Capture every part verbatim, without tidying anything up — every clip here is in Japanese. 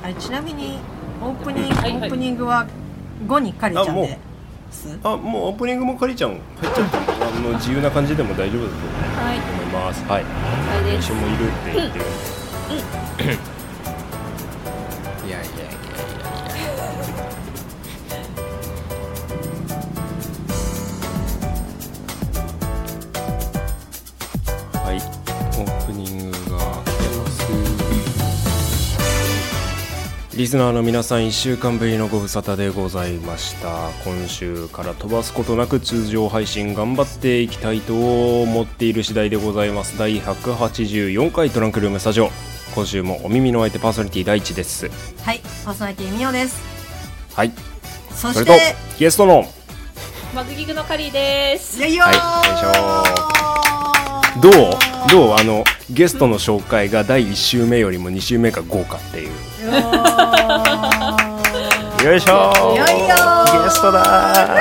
あれちなみにオープニング、はいはい、オープニングはごにカリちゃんであ、もうオープニングもカリちゃん入っちゃってあの自由な感じでも大丈夫だと思います。はい。練習もいるって言ってるんで。うんうん、いやいやいやいやいや。はい。オープニングが出ます。リスナーの皆さん、いっしゅうかんぶりのご無沙汰でございました。今週から飛ばすことなく通常配信頑張っていきたいと思っている次第でございます。だいひゃくはちじゅうよんかいトランクルームスタジオ、今週もお耳の相手パーソナリティ第一です。 はい、パーソナリティみおです。 はい、 そしてそれとゲストのマグギグのカリーです。 よいよー、 はい、どうどうあのゲストの紹介がだいいっ週目よりもに週目が豪華っていうよいしょー、 よいよーゲストだー。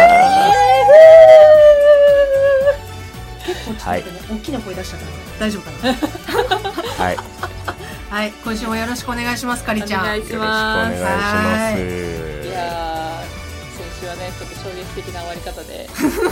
結構ちょっとね、はい、大きな声出したから大丈夫かなはいはい、今週もよろしくお願いします。かりちゃん、 お願いします。 よろしくお願いします。 いや先週はねちょっと衝撃的な終わり方で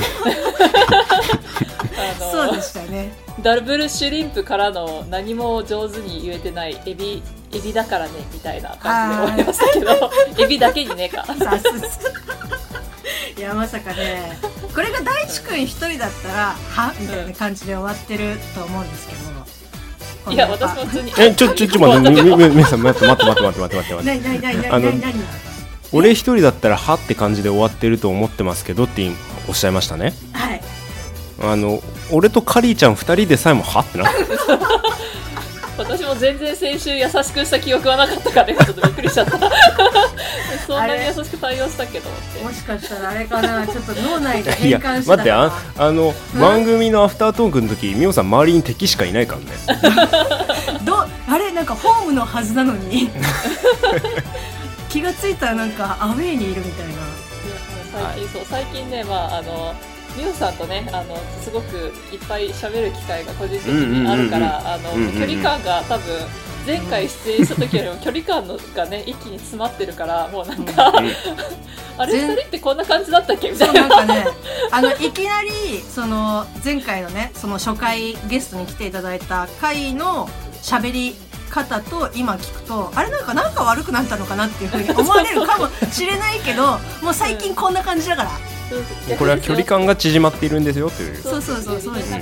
あのそうでしたね。 ダブルシュリンプからの何も上手に言えてないエビエビだからねみたいな感じで終わりましたけどエビだけにねかさすいやまさかね、これが大地君一人だったらはみたいな感じで終わってると思うんですけど、 いや私も普通にえちょちょちょ待ってみみ皆さん待って待って待って待って待って待って何何何何何何俺一人だったらはって感じで終わってると思ってますけどっておっしゃいましたね。 はい。 あの俺とカリーちゃんふたりでさえもはってな私も全然先週優しくした記憶はなかったからちょっとびっくりしちゃったそんなに優しく対応したけどってもしかしたらあれかなちょっと脳内で変換したいや待ってああの、うん、番組のアフタートークの時みおさん周りに敵しかいないからねどあれなんかホームのはずなのに気がついたらなんかアウェーにいるみたいな。 最近そう最近ね、まああのみおさんとねあのすごくいっぱい喋る機会が個人的にあるから、あの距離感が多分前回出演した時よりも距離感のがね一気に詰まってるからもうなんか、うん、あれふたりってこんな感じだったっけみたいな。 そうなんかねあのいきなりその前回のねその初回ゲストに来ていただいた回の喋り方と今聞くとあれなんかなんか悪くなったのかなっていう風に思われるかもしれないけどもう最近こんな感じだから、 うん、これは距離感が縮まっているんですよという。 そうそうそうそうです。よ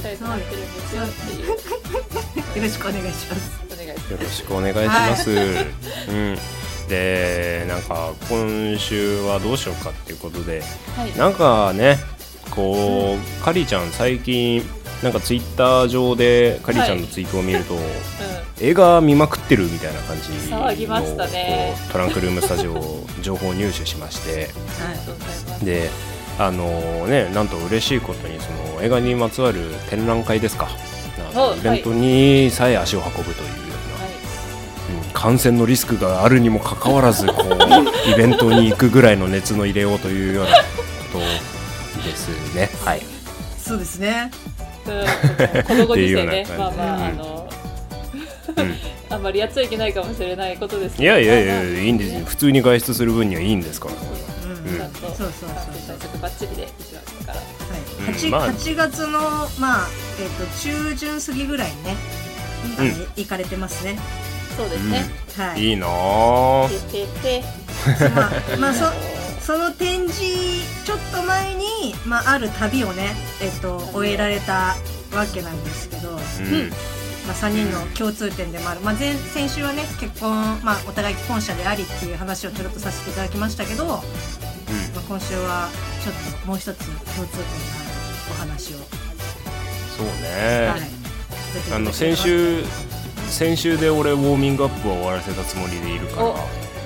ろしくお願いします。 よろしくお願いします、はいうん、でなんか今週はどうしようかっていうことで、はい、なんかねこう、うん、カリーちゃん最近なんかツイッター上でカリーちゃんのツイートを見ると、はいうん、映画見まくってるみたいな感じの騒ぎましたね。 トランクルームスタジオ情報入手しまして、はい、であのねなんと嬉しいことにその映画にまつわる展覧会ですかイベントにさえ足を運ぶというような、はいうん、感染のリスクがあるにもかかわらずこうイベントに行くぐらいの熱の入れようというようなことですね。はい、 そうですね。 このご時世ね、まあまあ、うん、あの、うん、あんまりやっちゃいけないかもしれないことですけど、 いやいやいやいいんですよ。普通に外出する分にはいいんですから。 うん、ちゃんと感染対策バッチリでいきましたから。はいうん、はち, はちがつのまあえっ、ー、と中旬過ぎぐらいにね、うん、行かれてますね。 そうですね。 うん、はい。いいなぁ。 まあまあそ。その展示ちょっと前に、まあ、ある旅をね、えっと、終えられたわけなんですけど、うんまあ、さんにんの共通点でもある、まあ、前先週はね結婚、まあ、お互い既婚者でありっていう話をちょろっとさせていただきましたけど、うんまあ、今週はちょっともう一つ共通点があるお話をそうね、はい、あの先週先週で俺ウォーミングアップを終わらせたつもりでいるから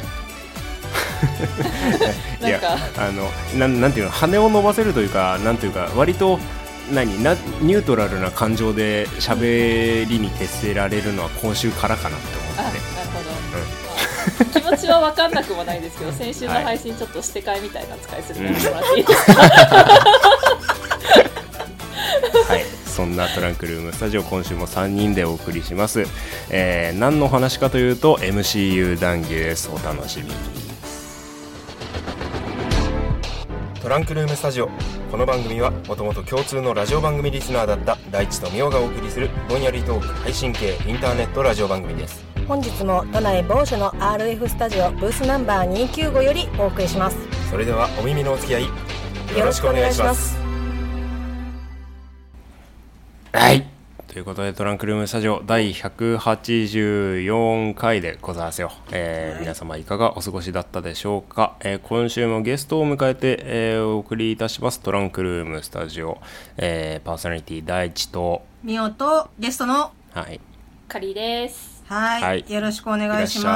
いやあの な, なんていうの羽を伸ばせるというかなんていうか割と何なニュートラルな感情で喋りに徹せられるのは今週からかなって思って、ね、 あなるほど、うんまあ、気持ちは分かんなくもないですけど先週の配信ちょっとして会みたいな扱いするのやってもらっていいですか、 はい、そそんなトランクルームスタジオ、今週もさんにんでお送りします。えー、何の話かというと エムシーユー 談義です。お楽しみに。トランクルームスタジオ、この番組はもともと共通のラジオ番組リスナーだった大地とみおがお送りするぼんやりトーク配信系インターネットラジオ番組です。 本日も都内某所の アールエフ スタジオブースナンバーにひゃくきゅうじゅうごよりお送りします。 それではお耳のお付き合いよろしくお願いします。はい、ということでトランクルームスタジオだいひゃくはちじゅうよんかいでございますよ。えー、皆様いかがお過ごしだったでしょうか。えー、今週もゲストを迎えて、えー、お送りいたしますトランクルームスタジオ、えー、パーソナリティ大地とみおとゲストのはいかりです。 はい、はい、よろしくお願いします。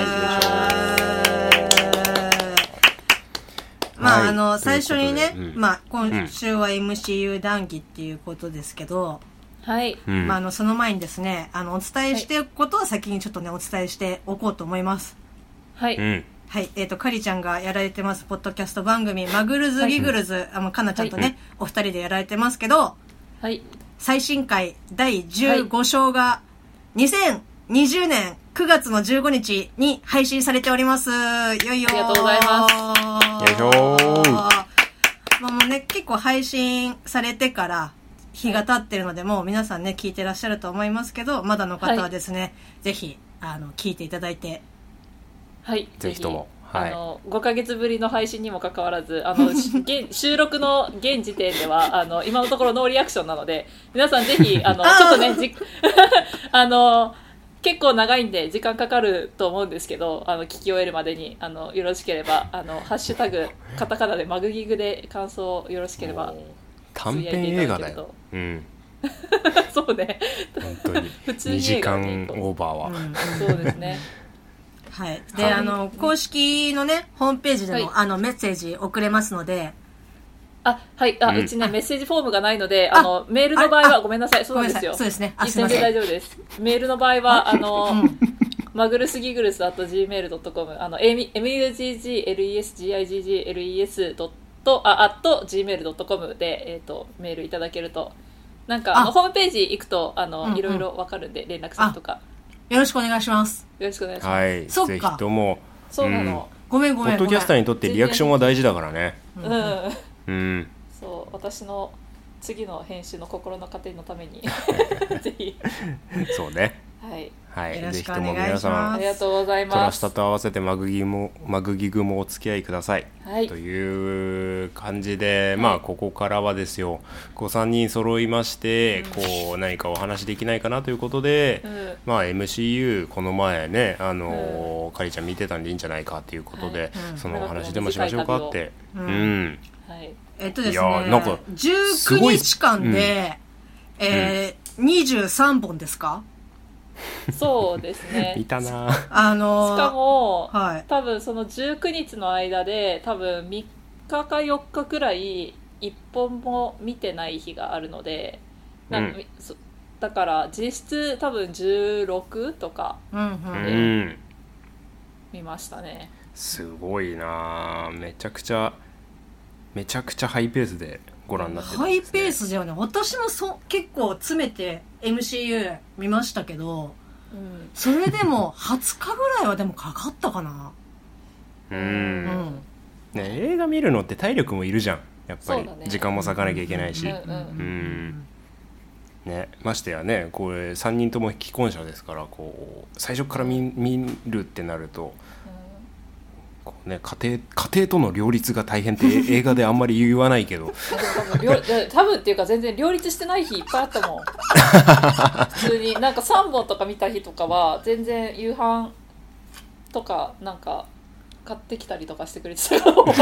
まあ、あの最初にね、うん、まあ今週は エムシーユー 談義っていうことですけど、 はい、 まあ、あのその前にですね、あのお伝えしていくことは先にちょっとねお伝えしておこうと思います。 はい、うん、 はい、えっ、ー、とかりちゃんがやられてますポッドキャスト番組マグルズギグルズ、はい、あのかなちゃんとね、はい、お二人でやられてますけど、 はい、 最新回だいじゅうご章がにせんにじゅうねんくがつのじゅうごにちに配信されております。よいよー。 ありがとうございます。 よいしょー。 まあ、もうね結構配信されてから日が経ってるので、もう皆さんね聞いてらっしゃると思いますけど、まだの方はですね、はい、ぜひあの聞いていただいて、 はい、 ぜひとも、 はい、あのごかげつぶりの配信にもかかわらず、あの収録の現時点ではあの今のところノーリアクションなので、皆さんぜひあのちょっとねじあの結構長いんで時間かかると思うんですけど、あの聞き終えるまでにあのよろしければあのハッシュタグカタカナでマグギグで感想よろしければ短編映画だよ。うんそうね、 本当に普通ににじかんオーバーは、うん、 そうですね。 はい、で、はい、あの公式のねホームページでも、はい、あのメッセージ送れますので、 あ、はい、あ、うん、うちねメッセージフォームがないので、あのメールの場合はごめんなさい、そうなんですよ。 そうですね。 あ、全然大丈夫です。メールの場合はあの、うん、マグルスギグルス アットジーメールドットコム、 あの エムユージージーエルイーエスジーアイジージーエルイーエス ドットあ アットジーメールドットコム でえっ、ー、とメールいただけると、なんかあのホームページ行くとあの、うんうん、いろいろわかるんで連絡先とかよろしくお願いします。 よろしくお願いします。 はい、ぜひとも。 そうなの、 うん、ごめんごめん。 ポッドキャスターにとってリアクションは大事だからね。 うん、うん、 うん、 そう私の次の編集の心の糧のためにぜひそうね、 はいはい、 よろしくおぜひとも願いします。 ありがとうございます。 トラスタと合わせてマグギもマグギグもお付き合いください、 はい、 という感じで、まあここからはですよ、こうさんにん揃いまして、うん、こう何かお話できないかなということで、うん、まあ エムシーユー この前ね、あのー、かりちゃん見てたんでいいんじゃないかっていうことで、はい、そのお話でもしましょうかって、うん、うん、 はい、えっとですね、いやなんかじゅうくにちかんで、うん、えー、にじゅうさんぼんですか。 そうですね。 いたな。 あのー、 しかも、 はい、 多分そのじゅうくにちの間で多分みっかかよっかくらいいっぽんも見てない日があるので、なんか、うん、だから実質多分じゅうろくとかで見ましたね。 すごいな。めちゃくちゃめちゃくちゃハイペースでご覧になってたんですね。 ハイペースだよね。私もそ結構詰めて エムシーユー 見ましたけど、うん、それでもはつかぐらいはでもかかったかな。 うん、うんね、映画見るのって体力もいるじゃんやっぱり、ね、時間も割かなきゃいけないし、うんうんうんね、ましてやねこれさんにんとも既婚者ですから、こう最初から 見, 見るってなると、こうね、家庭、家庭との両立が大変って映画であんまり言わないけど多分, 多分っていうか全然両立してない日いっぱいあったもん普通になんかさんぼんとか見た日とかは全然夕飯とかなんか買ってきたりとかしてくれてた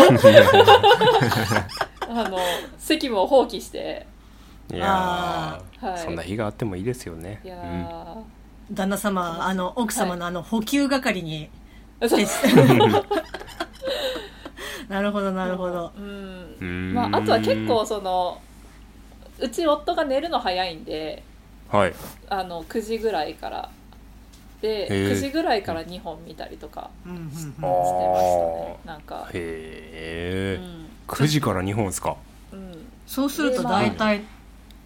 あの責務を放棄して、 いや、はい、そんな日があってもいいですよね。 いや、 うん、旦那様、あの奥様のあの補給係に、はいなるほどなるほど、 うんうん、まあ、あとは結構そのうち夫が寝るの早いんで、 はい、 あのくじぐらいからでくじぐらいからにほん見たりとかしてましたね。なんかへえ、うん、くじからにほんですか、 うん、 そうすると大体、まあ、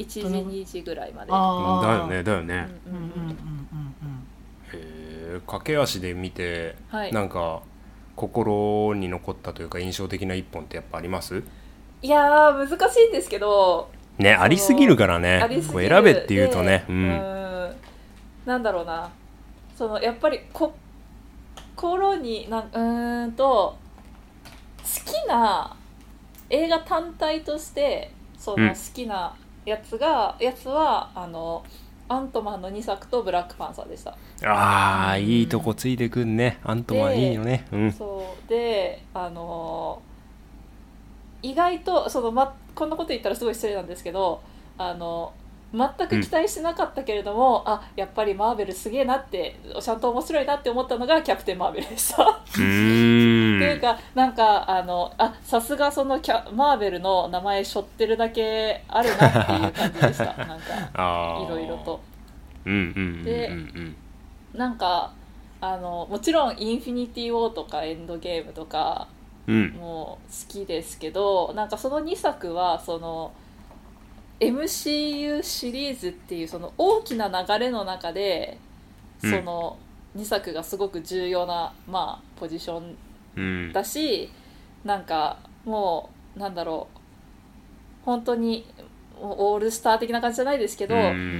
いちじにじぐらいまで。 だよねだよね。 うんうんうんうんうん。 へえ、駆け足で見て、はい、なんか心に残ったというか印象的な一本ってやっぱあります？ いやー難しいんですけどね、ありすぎるからね、こう選べって言うとね、うん、 うんなんだろうな、そのやっぱりこ心になんうーんと好きな映画単体としてその好きなやつが、うん、やつはあのアントマンのにさくとブラックパンサーでした。 あー、うん、いいとこついてくんね、アントマンいいよね、うん、 そうであの意外とその、ま、こんなこと言ったらすごい失礼なんですけど、あの全く期待してなかったけれども、うん、あやっぱりマーベルすげえなってちゃんと面白いなって思ったのがキャプテンマーベルでした。うーんっていうかなんかあのあさすがそのキャマーベルの名前背負ってるだけあるなっていう感じでした。なんかいろいろと。 うんうんうんうん、 でなんかあのもちろんインフィニティ・ウォーとかエンドゲームとかうん、 もう好きですけど、なんかそのにさくはその エムシーユー シリーズっていうその大きな流れの中でそのにさくがすごく重要な、まあ、ポジションだし、うん、なんかもうなんだろう本当にオールスター的な感じじゃないですけど、うん、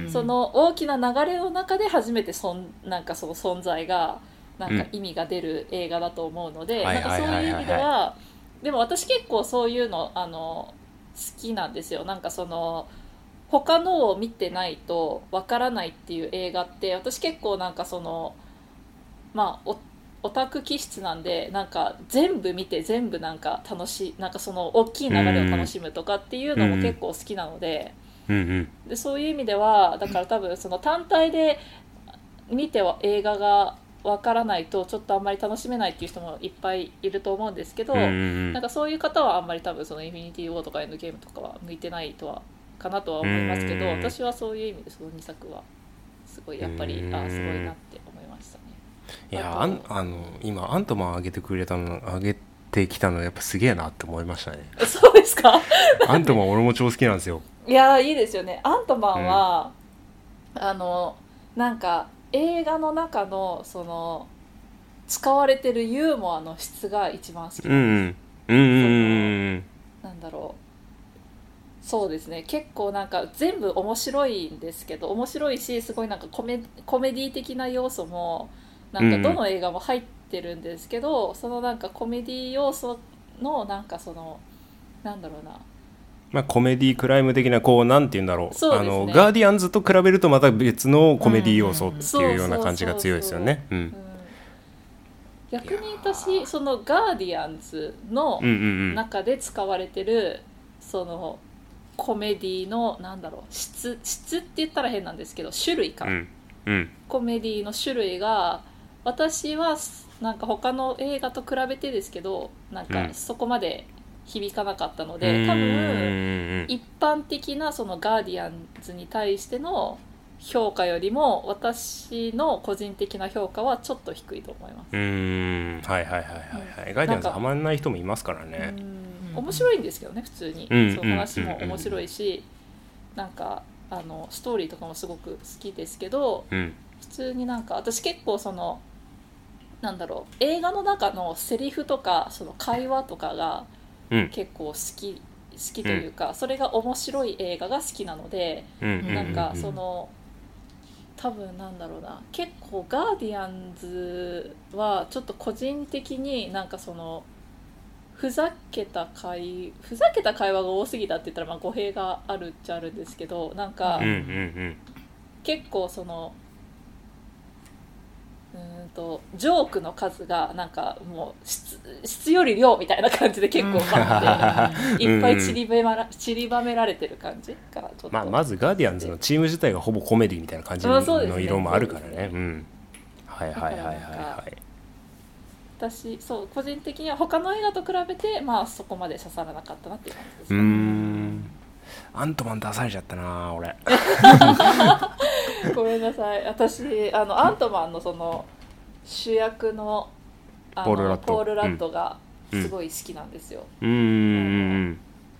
その大きな流れの中で初めてそんなんかその存在がなんか意味が出る映画だと思うので、なんかそういう意味ではでも私結構そういうのあの好きなんですよ。なんかその他のを見てないとわからないっていう映画って私結構なんかそのまあオタク気質なんでなんか全部見て全部なんか楽しいなんかその大きい流れを楽しむとかっていうのも結構好きなので、 うんうん、 でそういう意味ではだから多分その単体で見ては映画がわからないとちょっとあんまり楽しめないっていう人もいっぱいいると思うんですけど、 うんうん、 なんかそういう方はあんまり多分そのインフィニティ・ウォーとかエンドゲームとかは向いてないとはかなとは思いますけど、うん、私はそういう意味でそのにさくはすごいやっぱり、うん、あすごいなって思いましたね。 いやあんあの今アントマン上げてくれたの上げてきたのやっぱすげえなって思いましたね。 そうですかアントマン俺も超好きなんですよ。 いやいいですよね。アントマンは、うん、あのなんか映画の中のその使われてるユーモアの質が一番好きなんです。うんうんうんうん、なんだろうそうですね結構なんか全部面白いんですけど面白いしすごいなんかコメ、コメディ的な要素もなんかどの映画も入ってるんですけど、うん、そのなんかコメディ要素のなんかそのなんだろうなまあ、コメディクライム的なこうなんていうんだろう、そうですね、あのガーディアンズと比べるとまた別のコメディ要素っていうような感じが強いですよね。 逆に私そのガーディアンズの中で使われてるそのコメディのなんだろう質質って言ったら変なんですけど種類か、 うんうん、 コメディの種類が私はなんか他の映画と比べてですけどなんかそこまで響かなかったので、うん、多分一般的なそのガーディアンズに対しての評価よりも私の個人的な評価はちょっと低いと思います。 うーんはいはいはいはい、はい、ガーディアンズハマんない人もいますからね。 うん面白いんですけどね普通に、うん、その話も面白いし、うん、なんかあのストーリーとかもすごく好きですけど、 うん、 普通になんか私結構そのなんだろう映画の中のセリフとかその会話とかが結構好き、好きというか、うん、それが面白い映画が好きなので、うん、なんかその多分なんだろうな結構ガーディアンズはちょっと個人的になんかそのふざけた会ふざけた会話が多すぎたって言ったらまあ語弊があるっちゃあるんですけどなんか、 うんうんうん、 結構そのうんとジョークの数がなんかもう 質, 質より量みたいな感じで結構バッていっぱい散りばめら、散りばめられてる感じがちょっと、 まあ、まずガーディアンズのチーム自体がほぼコメディみたいな感じの色もあるからね、ねうん、はいはいはいはいはい私そう個人的には他の映画と比べてまあそこまで刺さらなかったなっていう感じです、ね、 うーんアントマン出されちゃったな俺ごめんなさい私あのアントマンのその主役のあのポール・ラッドがすごい好きなんですよ、 うんうん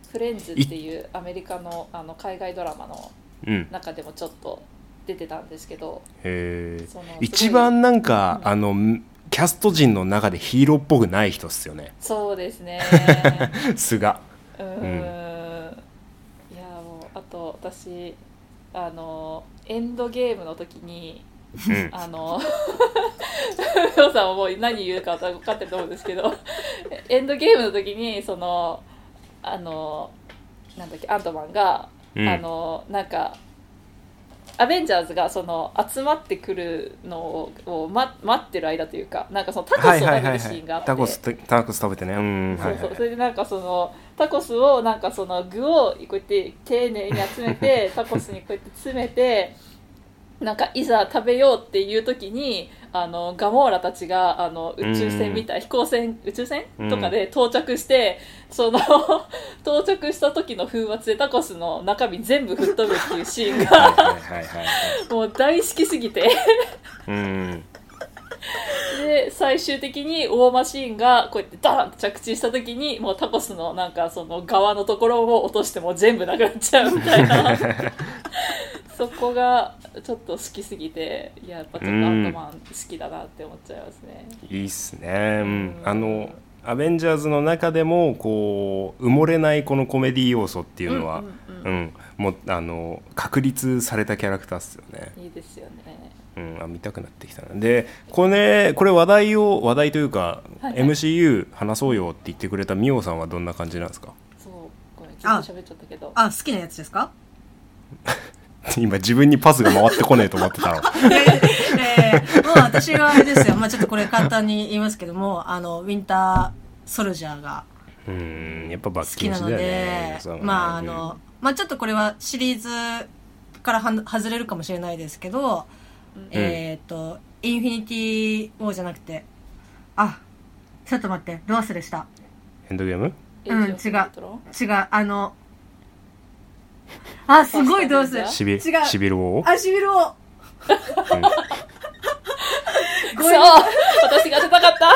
フレンズっていうアメリカ の, あの海外ドラマの中でもちょっと出てたんですけど、 うん、へ一番なんか、うん、あのキャスト陣の中でヒーローっぽくない人っすよね。 そうですね菅うーん、うん、いやもうあと私あのエンドゲームの時に、うん、あのみょうさんはもう何言うか分かってると思うんですけどエンドゲームの時にそのあのなんだっけアントマンが、うん、あのなんかアベンジャーズがその集まってくるのを、ま、待ってる間というかなんかそのタコスを食べるシーンがあって、 タコスタコス食べてね、うん、 そうそう、はいはい、それでなんかそのタコスをなんかその具をこうやって丁寧に集めてタコスにこうやって詰めてなんかいざ食べようっていう時にあのガモーラたちがあの宇宙船みたい、うん、飛行船宇宙船、うん、とかで到着してその到着した時の風圧でタコスの中身全部吹っ飛ぶっていうシーンがもう大好きすぎてうんで最終的に大マシーンがこうやってダーンと着地した時にもうタコスのなんかその側のところを落としても全部なくなっちゃうみたいなそこがちょっと好きすぎていややっぱちょっとアントマン好きだなって思っちゃいますね。 いいっすね、うん、あのアベンジャーズの中でもこう埋もれないこのコメディ要素っていうのは、うんうんうんうん、もうあの確立されたキャラクターっすよね。 いいですよね、 うん、あ見たくなってきたな。でこれこれ話題を話題というか、はいはい、エムシーユー 話そうよって言ってくれたミオさんはどんな感じなんですか？ そうごめんずっと喋っちゃったけどあ、あ好きなやつですか？ 今自分にパスが回ってこねえと思ってたのえー、もう私はあれですよ、まあ、ちょっとこれ簡単に言いますけどもあのウィンターソルジャーがうーんやっぱバッキングだよね。まああの、まあ、ちょっとこれはシリーズからは外れるかもしれないですけど、うん、えっ、ー、とインフィニティウォーじゃなくてあちょっと待ってどう忘れしたエンドゲームうん違う違うあのあすごいどうするしび違うしびる王あしびる王、うん、 ごめん私が出たかった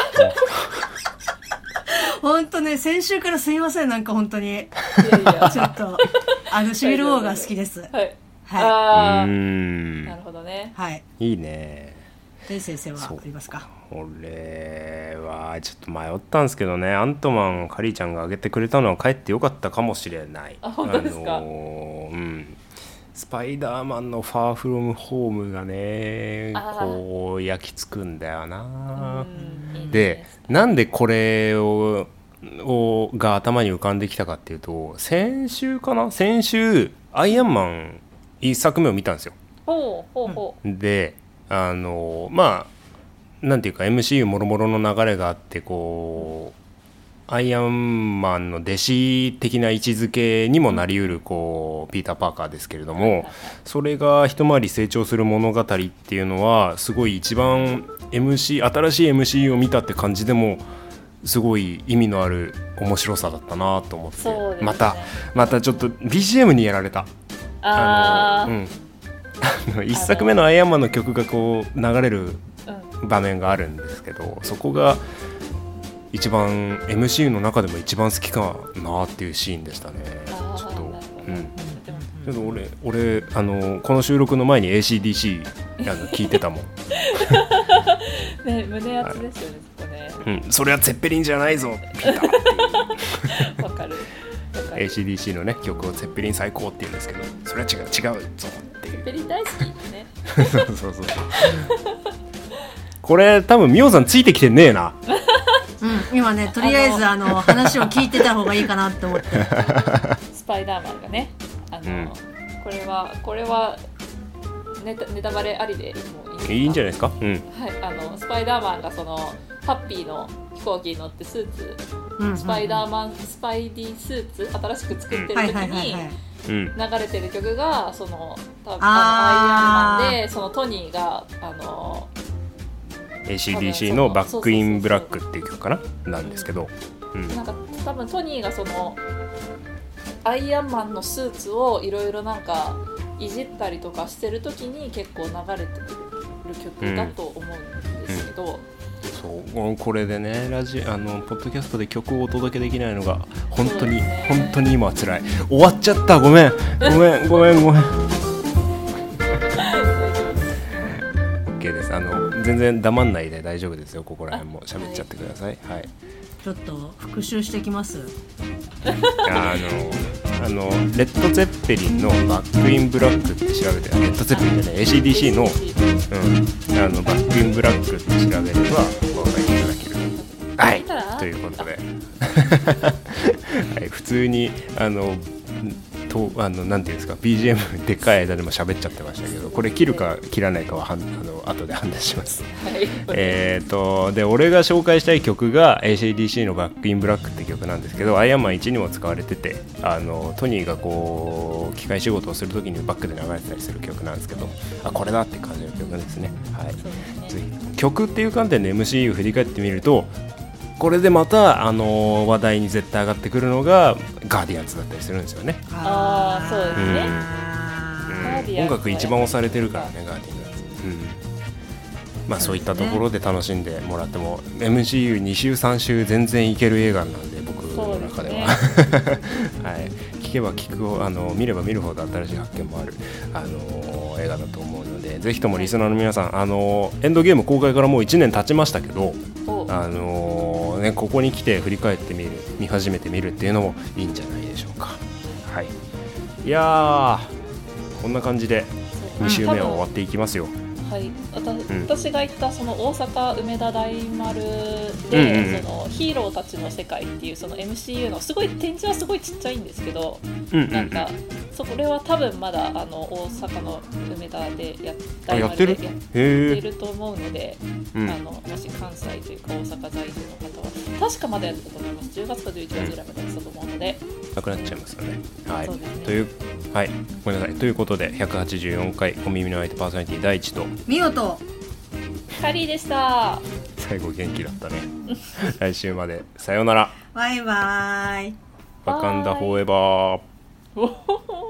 本当ね先週からすいませんなんか本当にいやいやちょっとあのしびる王が好きですはい、 はい、 あーなるほどねはいいいね。 で先生はありますか？ 俺はちょっと迷ったんですけどねアントマンカリーちゃんが挙げてくれたのはかえってよかったかもしれない。 あ本当ですか？ あのー、うんスパイダーマンのファーフロムホームがねこう焼き付くんだよな。でなんでこれををが頭に浮かんできたかっていうと先週かな先週アイアンマン一作目を見たんですよ。 ほうほうほう。 であのまあなんていうか エムシーユー もろもろの流れがあってこうアイアンマンの弟子的な位置づけにもなりうるこうピーター・パーカーですけれどもそれが一回り成長する物語っていうのはすごい一番 エムシー 新しい エムシーユー を見たって感じでもすごい意味のある面白さだったなと思って、 ね、 またまたちょっと ビージーエム にやられたああの、うん一作目のアイアンマンの曲がこう流れる場面があるんですけどそこが一番 エムシーユー の中でも一番好きかなっていうシーンでしたね。ちょっと、うん、ちょっと俺俺あのこの収録の前に エーシーディーシー あの聞いてたもんね胸熱ですよねそこね、 うん、それはゼッペリンじゃないぞピーターっていうわかるエーシーディーシー のね曲をゼッペリン最高って言うんですけどそれは違う違うぞっていうゼッペリン大好きねそうそうそうこれ多分ミオさんついてきてねえなうん今ねとりあえずあの話を聞いてた方がいいかなって思ってスパイダーマンがねあの、うん、これはこれはネタ、ネタバレありでもいいですか？ いいんじゃないですか、うん、 はいあのスパイダーマンがそのハッピーの飛行機に乗ってスーツ、うんうんうん、スパイダーマンスパイディスーツ新しく作ってる時に流れてる曲がその多分アイアンマンでそのトニーがあのエーシーディーシー のバックインブラックっていう曲かななんですけど、 うん、なんか多分トニーがそのアイアンマンのスーツをいろいろなんかいじったりとかしてる時に結構流れてる曲だと思うんですけど、うんうんうん、 そうこれでねラジあのポッドキャストで曲をお届けできないのが本当に、ね、本当に今は辛い。終わっちゃった。ごめんごめんごめんごめんOK です。あの全然黙んないで大丈夫ですよ。ここら辺も喋っちゃってください。はい、はい、 ちょっと復習してきます。 あのあのレッド・ゼッペリンのバック・イン・ブラックって調べて、レッド・ゼッペリンじゃない エーシーディーシー の、うん、あのバック・イン・ブラックって調べればお分かりいただける。はい、ということで、はい、普通にあのとあのなんていうんですか ビージーエム でっかい間でも喋っちゃってましたけど、これ切るか切らないかははんあの後で判断します。はい、えっとで俺が紹介したい曲が エーシーディーシー のバックインブラックって曲なんですけど、アイアンマンいちにも使われてて、あのトニーがこう機械仕事をするときにバックで流れてたりする曲なんですけど、あこれだって感じの曲ですね。はい、ぜひ曲っていう観点で エムシーユー 振り返ってみると、これでまた、あのー、話題に絶対上がってくるのがガーディアンズだったりするんですよね。 ああ、そうですね、 うんうん、音楽一番押されてるからね、ガーディアンズ、うん、まあそういったところで楽しんでもらっても、ね、エムシーユーに 週さん週全然いける映画なんで僕の中では、ねはい、聞けば聞くあの見れば見るほど新しい発見もある、あのー、映画だと思うので、ぜひともリスナーの皆さん、あのー、エンドゲーム公開からもういちねん経ちましたけど、あのーね、ここに来て振り返ってみる見始めてみるっていうのもいいんじゃないでしょうか。はい、いやーこんな感じでに週目は終わっていきますよ。 はい、私が行ったその大阪梅田大丸で、うんうん、そのヒーローたちの世界っていうその エムシーユー のすごい展示はすごいちっちゃいんですけど、うんうんうん、なんかそこれは多分まだあの大阪の梅田でや大丸でやっていると思うので、あのもし関西というか大阪在住の方は確かまだやってたと思います。じゅうがつかじゅういちがつぐらいまでやってたと思うので、 なくなっちゃいますよね。はい、 そうですね。 というはいごめんなさいということでひゃくはちじゅうよんかいお耳の相手パーソナリティ第一と見事カリーでした。 最後元気だったね来週までさようなら。 バイバイ。 ワカンダフォーエバー。